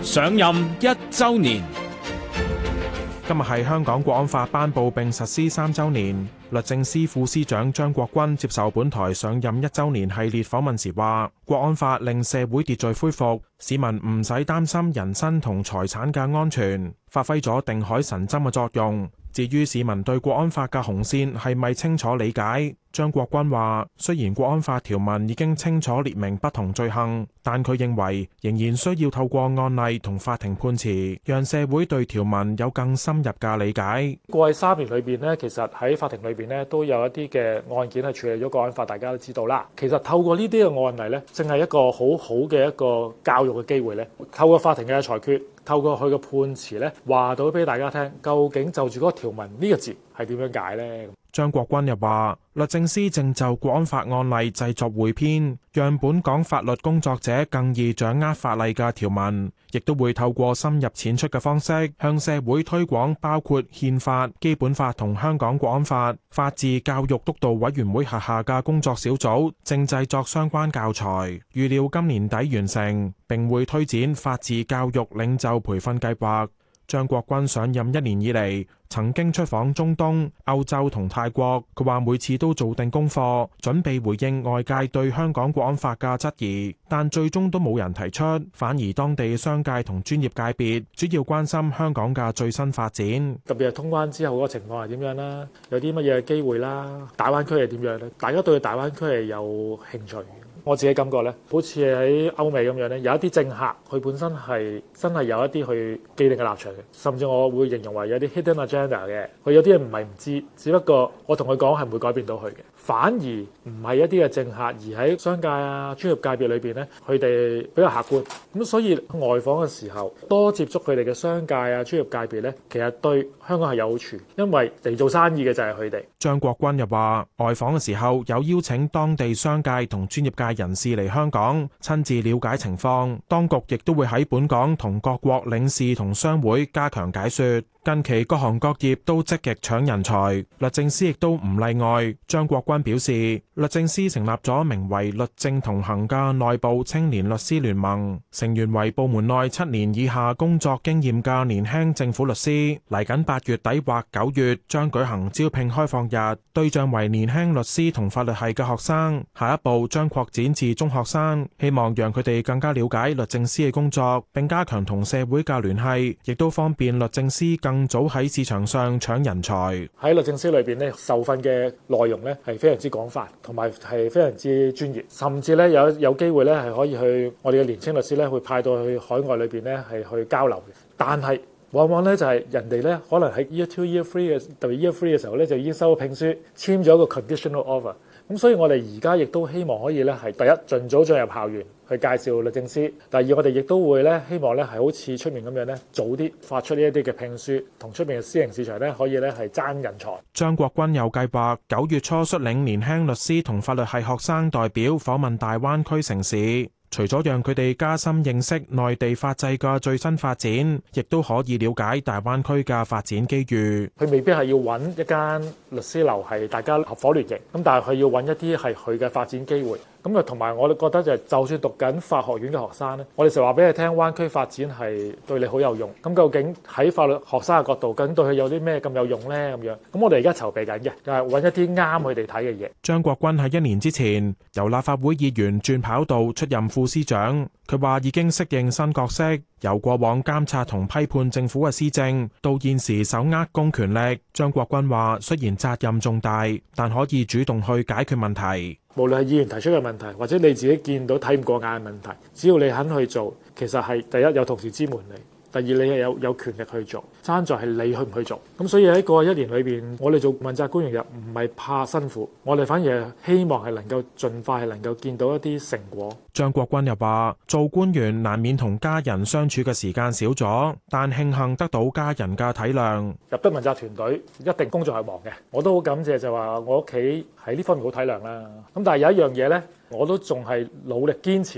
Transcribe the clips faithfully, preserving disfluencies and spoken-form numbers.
上任一週年。 今日係香港國安法頒布並實施三週年，律政司副司長張國鈞接受本台上任一週年系列訪問時話，國安法令社會秩序恢復，市民唔使擔心人身同財產嘅安全，發揮咗定海神針嘅作用。至於市民對國安法嘅紅線係咪清楚理解？張國鈞話：雖然國安法條文已經清楚列明不同罪行，但佢認為仍然需要透過案例同法庭判詞，讓社會對條文有更深入嘅理解。 過去三年裏邊呢，其實喺法庭裏邊呢都有一啲嘅案件係處理咗國安法，大家都知道啦。其實透過呢啲嘅案例呢，正係一個好好嘅一個教育嘅機會呢。透過法庭嘅裁決，透過佢嘅判詞呢，話到俾大家聽，究竟就住嗰個條文呢個字係點樣解呢？ 張國鈞又話，律政司正就國安法案例製作彙編，讓本港法律工作者更易掌握法例嘅條文，亦都會透過深入淺出嘅方式，向社會推廣包括憲法、基本法同香港國安法。法治教育督導委員會轄下嘅工作小組正製作相關教材，預料今年底完成，並會推展法治教育領袖培訓計劃。張國鈞上任一年以嚟，曾經出訪中東、歐洲同泰國。佢話每次都做定功課，準備回應外界對香港國安法嘅質疑，但最終都冇人提出，反而當地商界同專業界別主要關心香港嘅最新發展， 特別係通關之後嗰個情況係點樣啦，有啲乜嘢機會啦，大灣區係點樣咧？大家對大灣區係有興趣。我自己感覺咧，好似喺歐美咁樣咧，有一啲政客佢本身係真係有一啲去既定嘅立場嘅，甚至我會形容為有啲 hidden agenda 嘅。佢有啲嘢唔係唔知，只不過我同佢講係唔會改變到佢嘅。反而唔係一啲嘅政客，而喺商界啊、專業界別裏邊咧，佢哋比較客觀。咁所以外訪嘅時候，多接觸佢哋嘅商界啊、專業界別咧，其實對香港係有好處，因為嚟做生意嘅就係佢哋。 張國鈞又話：外訪嘅時候有邀請當地商界同專業界人士嚟香港親自了解情況，當局亦都會喺本港同各國領事同商會加強解說。近期各行各業都積極搶人才，律政司亦都唔例外。張國鈞表示，律政司成立咗名為律政同行嘅內部青年律師聯盟，成員為部門內七年以下工作經驗嘅年輕政府律師。嚟緊八月底或九月將舉行招聘開放日，對象為年輕律師同法律系嘅學生。下一步將擴展至中學生，希望讓佢哋更加了解律政司嘅工作，並加強同社會嘅聯繫，亦都方便律政司更更早喺市場上搶人才。 喺律政司裏邊咧，受訓嘅內容咧係非常之廣泛，同埋係非常之專業，甚至咧有有機會咧係可以去我哋嘅年輕律師咧會派到去海外裏邊咧係去交流嘅。但係往往咧就係人哋咧可能喺 year two year three 嘅特別 year three 嘅時候咧就已經收到聘書，簽咗一個 conditional offer。咁所以我哋而家亦都希望可以咧係第一盡早進入校園去介紹律政司，第二我哋亦都會咧希望咧係好似出面咁樣咧早啲發出呢一啲嘅聘書，同出面嘅私營市場咧可以咧係爭人才。 張國鈞有計劃九月初率領年輕律師同法律系學生代表訪問大灣區城市。除咗讓佢哋加深認識內地法制嘅最新發展，亦都可以了解大灣區嘅發展機遇。 佢未必係要揾一間律師樓係大家合夥聯營，咁但係佢要揾一啲係佢嘅發展機會。咁啊，同埋我哋覺得就係，就算讀緊法學院嘅學生咧，我哋成日話俾佢聽，灣區發展係對你好有用。咁究竟喺法律學生嘅角度，究竟對佢有啲咩咁有用呢？咁樣，咁我哋而家籌備緊嘅，就係揾一啲啱佢哋睇嘅嘢。 張國鈞喺一年之前由立法會議員轉跑道出任副司長，佢話已經適應新角色，由過往監察同批判政府嘅施政，到現時手握公權力。張國鈞話：雖然責任重大，但可以主動去解決問題。 無論係議員提出嘅問題，或者你自己見到睇唔過眼嘅問題，只要你肯去做，其實係第一有同事支援你，第二你係有有權力去做，爭在係你去唔去做。咁所以喺過去一年裏邊，我哋做問責官員又唔係怕辛苦，我哋反而係希望係能夠盡快係能夠見到一啲成果。 張國鈞又話：做官員難免同家人相處嘅時間少咗，但慶幸得到家人嘅體諒。 入得問責團隊，一定工作係忙嘅，我都好感謝就話我屋企喺呢方面好體諒啦。咁但係有一樣嘢呢，我都仲係努力堅持嘅，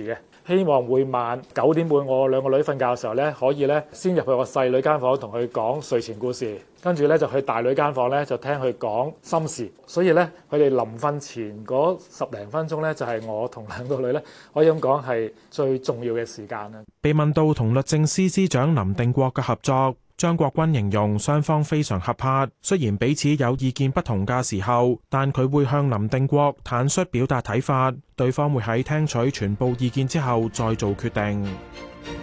希望每晚九點半我兩個女瞓覺嘅時候咧，可以咧先入去我細女間房同佢講睡前故事，跟住咧就去大女間房咧就聽佢講心事。所以咧佢哋臨瞓前嗰十零分鐘咧就係我同兩個女咧可以咁講係最重要嘅時間啦。 被問到同律政司司長林定國嘅合作，張國軍形容雙方非常合拍，雖然彼此有意見不同嘅時候，但佢會向林定國坦率表達睇法，對方會喺聽取全部意見之後再做決定。